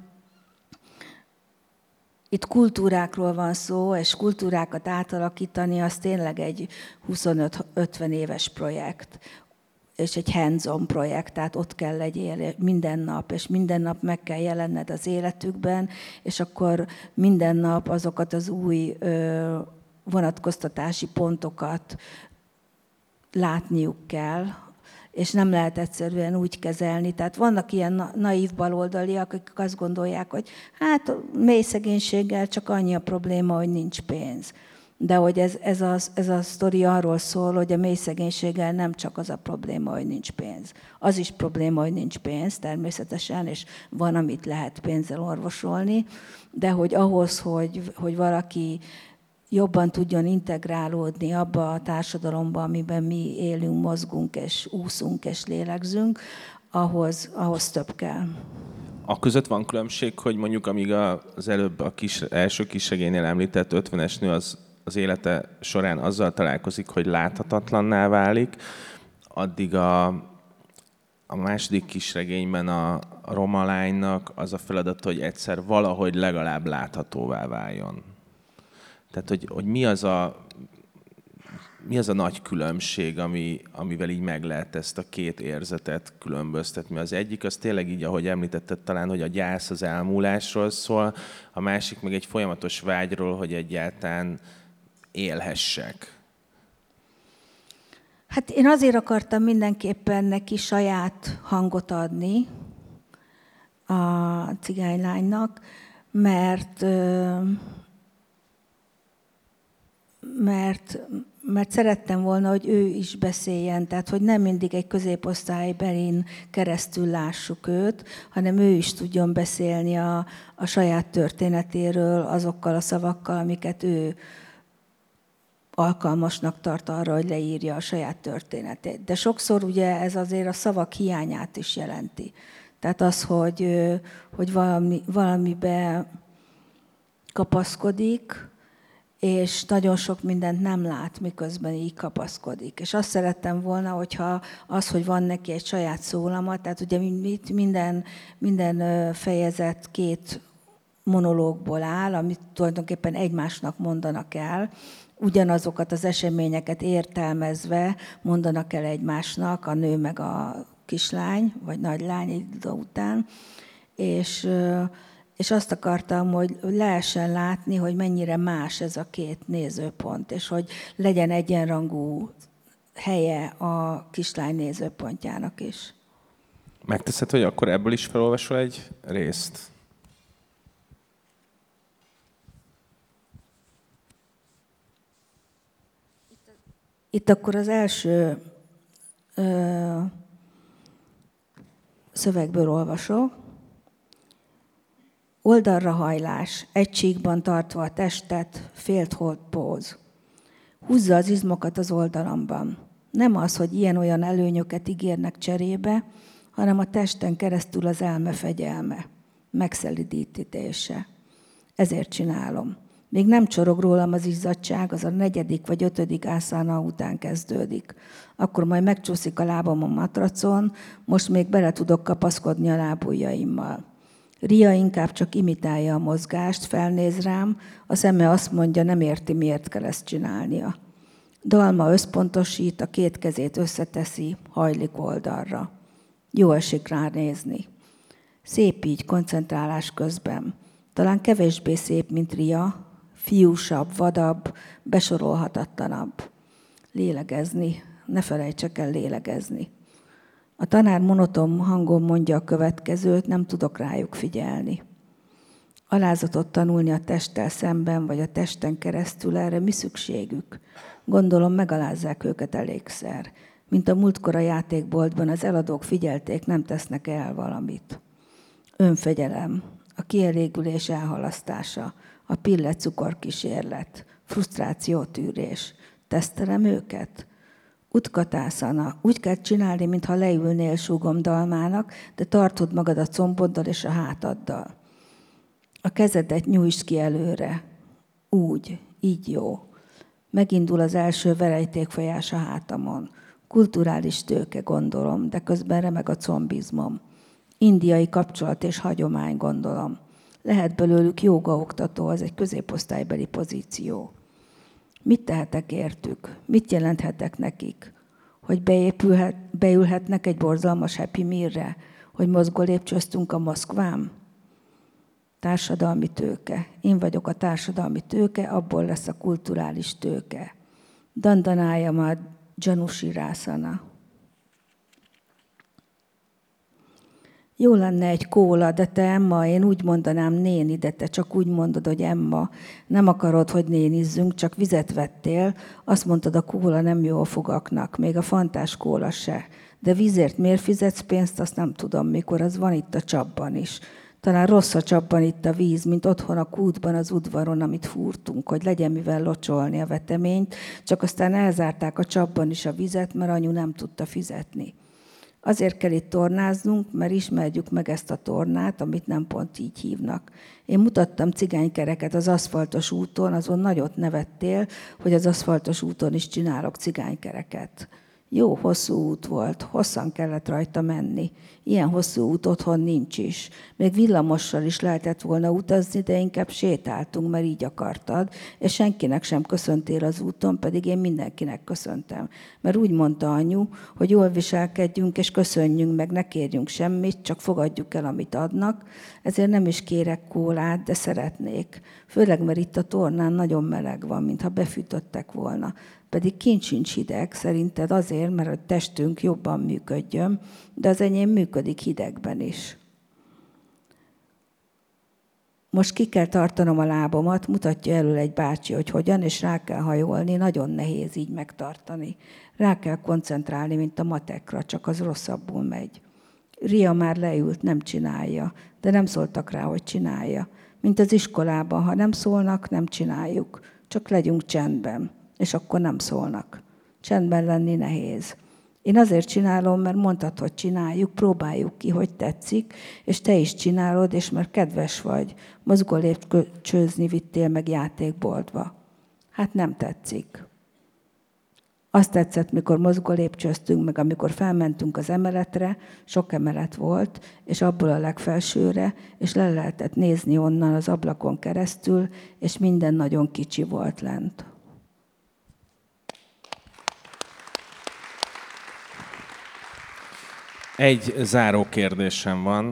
itt kultúrákról van szó, és kultúrákat átalakítani, az tényleg egy 25-50 éves projekt, és egy hands-on projekt, tehát ott kell legyél minden nap, és minden nap meg kell jelenned az életükben, és akkor minden nap azokat az új vonatkoztatási pontokat látniuk kell, és nem lehet egyszerűen úgy kezelni. Tehát vannak ilyen naív baloldaliak, akik azt gondolják, hogy hát mély szegénységgel csak annyi a probléma, hogy nincs pénz. De hogy ez a sztori arról szól, hogy a mély szegénységgel nem csak az a probléma, hogy nincs pénz. Az is probléma, hogy nincs pénz természetesen, és van, amit lehet pénzzel orvosolni, de hogy ahhoz, hogy valaki jobban tudjon integrálódni abba a társadalomba, amiben mi élünk, mozgunk, és úszunk, és lélegzünk, ahhoz több kell. A között van különbség, hogy mondjuk amíg az előbb első kisegélynél említett 50-es nő az élete során azzal találkozik, hogy láthatatlanná válik, addig a második kisregényben a roma lánynak az a feladat, hogy egyszer valahogy legalább láthatóvá váljon. Tehát, hogy mi az a nagy különbség, amivel így meg lehet ezt a két érzetet különböztetni. Az egyik az tényleg így, ahogy említetted talán, hogy a gyász az elmúlásról szól, a másik meg egy folyamatos vágyról, hogy egyáltalán élhessek. Hát én azért akartam mindenképpen neki saját hangot adni a cigánylánynak, mert szerettem volna, hogy ő is beszéljen, tehát hogy nem mindig egy középosztálybelin keresztül lássuk őt, hanem ő is tudjon beszélni a saját történetéről, azokkal a szavakkal, amiket ő alkalmasnak tart arra, hogy leírja a saját történetét. De sokszor ugye ez azért a szavak hiányát is jelenti. Tehát az, hogy valamibe kapaszkodik, és nagyon sok mindent nem lát, miközben így kapaszkodik. És azt szerettem volna, hogyha az, hogy van neki egy saját szólama, tehát ugye minden fejezet 2 monológból áll, amit tulajdonképpen egymásnak mondanak el, ugyanazokat az eseményeket értelmezve mondanak el egymásnak, a nő meg a kislány, vagy nagylány egy idő után, és azt akartam, hogy lehessen látni, hogy mennyire más ez a 2 nézőpont, és hogy legyen egyenrangú helye a kislány nézőpontjának is. Megteszed, hogy akkor ebből is felolvasol egy részt? Itt akkor az első szövegből olvasok. Oldalra hajlás, egy csíkban tartva a testet, félthold póz. Húzza az izmokat az oldalamban. Nem az, hogy ilyen-olyan előnyöket ígérnek cserébe, hanem a testen keresztül az elme fegyelme, megszelidítése. Ezért csinálom. Még nem csorog rólam az izzadság, az a 4. vagy 5. ászána után kezdődik. Akkor majd megcsúszik a lábam a matracon, most még bele tudok kapaszkodni a lábujjaimmal. Ria inkább csak imitálja a mozgást, felnéz rám, a szeme azt mondja, nem érti, miért kell ezt csinálnia. Dalma összpontosít, a 2 kezét összeteszi, hajlik oldalra. Jó esik rá nézni. Szép így, koncentrálás közben. Talán kevésbé szép, mint Ria, fiúsabb, vadabb, besorolhatatlanabb. Lélegezni, ne felejtsek el lélegezni. A tanár monoton hangon mondja a következőt, nem tudok rájuk figyelni. Alázatot tanulni a testtel szemben, vagy a testen keresztül, erre mi szükségük? Gondolom megalázzák őket elégszer. Mint a múltkor a játékboltban az eladók figyelték, nem tesznek el valamit. Önfegyelem, a kielégülés elhalasztása, a pille-cukorkísérlet, frusztrációtűrés. Tesztelem őket? Utkatászana. Úgy kell csinálni, mintha leülnél súgomdalmának, de tartod magad a comboddal és a hátaddal. A kezedet nyújtsd ki előre. Úgy, így jó. Megindul az első verejtékfolyás a hátamon. Kulturális tőke, gondolom, de közben remeg a combizmom. Indiai kapcsolat és hagyomány, gondolom. Lehet belőlük jógaoktató, az egy középosztálybeli pozíció. Mit tehetek értük? Mit jelenthetek nekik? Hogy beülhetnek egy borzalmas Happy Mealre? Hogy mozgólépcsöztünk a Moszkvám? Társadalmi tőke. Én vagyok a társadalmi tőke, abból lesz a kulturális tőke. Dandanája Janusirasana. Jó lenne egy kóla, de te, Emma, én úgy mondanám néni, de te csak úgy mondod, hogy Emma. Nem akarod, hogy nénizzünk, csak vizet vettél. Azt mondtad, a kóla nem jó a fogaknak, még a fantás kóla se. De vízért miért fizetsz pénzt, azt nem tudom, mikor az van itt a csapban is. Talán rossz a csapban itt a víz, mint otthon a kútban az udvaron, amit fúrtunk, hogy legyen mivel locsolni a veteményt, csak aztán elzárták a csapban is a vizet, mert anyu nem tudta fizetni. Azért kell itt tornáznunk, mert ismerjük meg ezt a tornát, amit nem pont így hívnak. Én mutattam cigánykereket az aszfaltos úton, azon nagyot nevettél, hogy az aszfaltos úton is csinálok cigánykereket. Jó hosszú út volt, hosszan kellett rajta menni. Ilyen hosszú út otthon nincs is. Még villamossal is lehetett volna utazni, de inkább sétáltunk, mert így akartad, és senkinek sem köszöntél az úton, pedig én mindenkinek köszöntem. Mert úgy mondta anyu, hogy jól viselkedjünk, és köszönjünk meg, ne kérjünk semmit, csak fogadjuk el, amit adnak. Ezért nem is kérek kólát, de szeretnék. Főleg, mert itt a tornán nagyon meleg van, mintha befűtöttek volna. Pedig kint sincs hideg, szerinted azért, mert a testünk jobban működjön, de az enyém működik hidegben is. most ki kell tartanom a lábamat, mutatja elől egy bácsi, hogy hogyan, és rá kell hajolni, nagyon nehéz így megtartani. Rá kell koncentrálni, mint a matekra, csak az rosszabbul megy. Ria már leült, nem csinálja, de nem szóltak rá, hogy csinálja. Mint az iskolában, ha nem szólnak, nem csináljuk. Csak legyünk csendben, és akkor nem szólnak. Csendben lenni nehéz. Én azért csinálom, mert mondtad, hogy csináljuk, próbáljuk ki, hogy tetszik, és te is csinálod, és mert kedves vagy. Mozgólépcsőzni vittél meg játékboltba. Hát nem tetszik. Azt tetszett, mikor mozgólépcsőztünk, meg amikor felmentünk az emeletre, sok emelet volt, és abból a legfelsőre, és le lehetett nézni onnan az ablakon keresztül, és minden nagyon kicsi volt lent. Egy záró kérdésem van,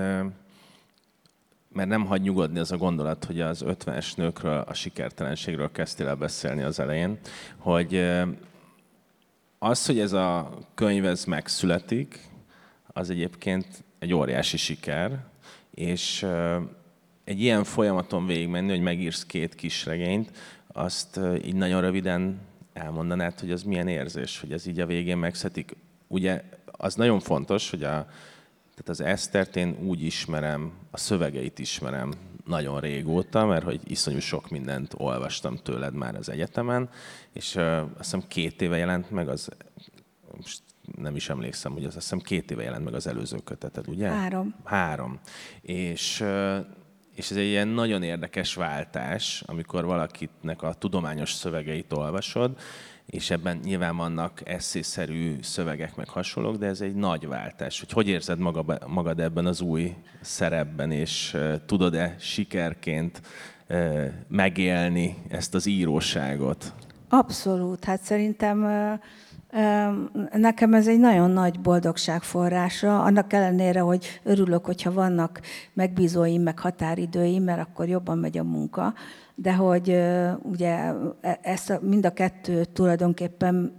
mert nem hagy nyugodni az a gondolat, hogy az 50-es nőkről, a sikertelenségről kezdtél el beszélni az elején, hogy az, hogy ez a könyv ez megszületik, az egyébként egy óriási siker, és egy ilyen folyamaton végigmenni, hogy megírsz 2 kisregényt, azt így nagyon röviden elmondanád, hogy az milyen érzés, hogy ez így a végén megszületik. Ugye az nagyon fontos, hogy tehát az Esztert én úgy ismerem, a szövegeit ismerem nagyon régóta, mert hogy iszonyú sok mindent olvastam tőled már az egyetemen, és azt hiszem 2 éve jelent meg most nem is emlékszem, hogy azt hiszem 2 éve jelent meg az előző köteted, ugye? 3. 3. És ez egy ilyen nagyon érdekes váltás, amikor valakinek a tudományos szövegeit olvasod, és ebben nyilván vannak esszészerű szövegek, meg hasonlók, de ez egy nagy váltás. Hogy érzed magad ebben az új szerepben, és tudod-e sikerként megélni ezt az íróságot? Abszolút. Hát szerintem nekem ez egy nagyon nagy boldogság forrása, annak ellenére, hogy örülök, hogyha vannak megbízóim, meg határidőim, mert akkor jobban megy a munka, de hogy ugye mind a 2 tulajdonképpen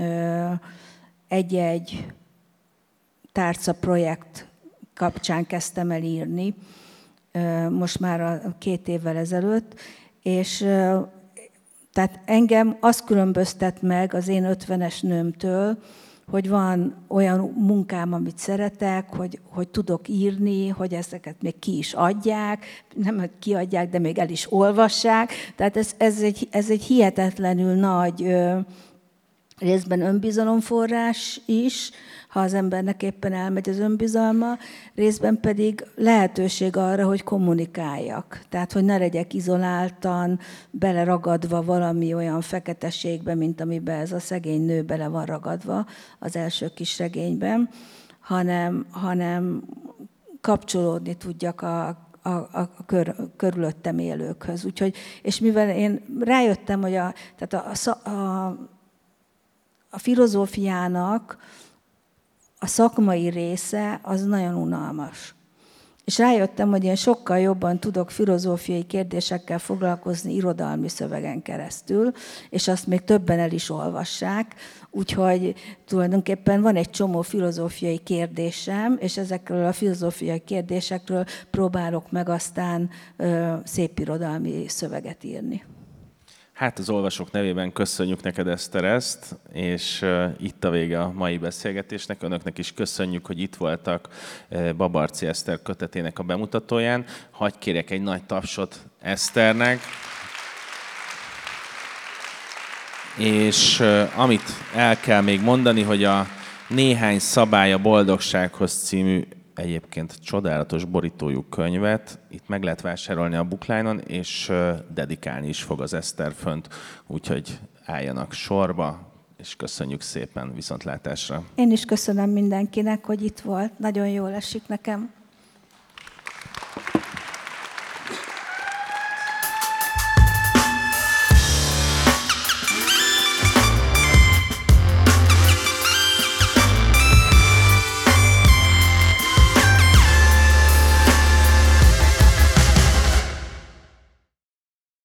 egy-egy tárca projekt kapcsán kezdtem el írni, most már 2 évvel ezelőtt, és tehát engem az különböztet meg az én 50-es nőmtől, hogy van olyan munkám, amit szeretek, hogy tudok írni, hogy ezeket még ki is adják, nem hogy kiadják, de még el is olvassák. Tehát ez egy hihetetlenül nagy részben önbizalomforrás is, ha az embernek éppen elmegy az önbizalma, részben pedig lehetőség arra, hogy kommunikáljak. Tehát, hogy ne legyek izoláltan, beleragadva valami olyan feketeségbe, mint amiben ez a szegény nő bele van ragadva az első kis regényben, hanem kapcsolódni tudjak a körülöttem élőkhöz. Úgyhogy, és mivel én rájöttem, hogy a filozófiának a szakmai része az nagyon unalmas. És rájöttem, hogy én sokkal jobban tudok filozófiai kérdésekkel foglalkozni irodalmi szövegen keresztül, és azt még többen el is olvassák. Úgyhogy tulajdonképpen van egy csomó filozófiai kérdésem, és ezekről a filozófiai kérdésekről próbálok meg aztán szép irodalmi szöveget írni. Hát az olvasók nevében köszönjük neked, Eszter, ezt, és itt a vége a mai beszélgetésnek. Önöknek is köszönjük, hogy itt voltak Babarczy Eszter kötetének a bemutatóján. Hadd kérjek egy nagy tapsot Eszternek. És amit el kell még mondani, hogy a Néhány szabály a boldogsághoz című egyébként csodálatos borítójú könyvet itt meg lehet vásárolni a Bookline-on, és dedikálni is fog az Eszter fönt, úgyhogy álljanak sorba, és köszönjük szépen, viszontlátásra. Én is köszönöm mindenkinek, hogy itt volt, nagyon jól esik nekem.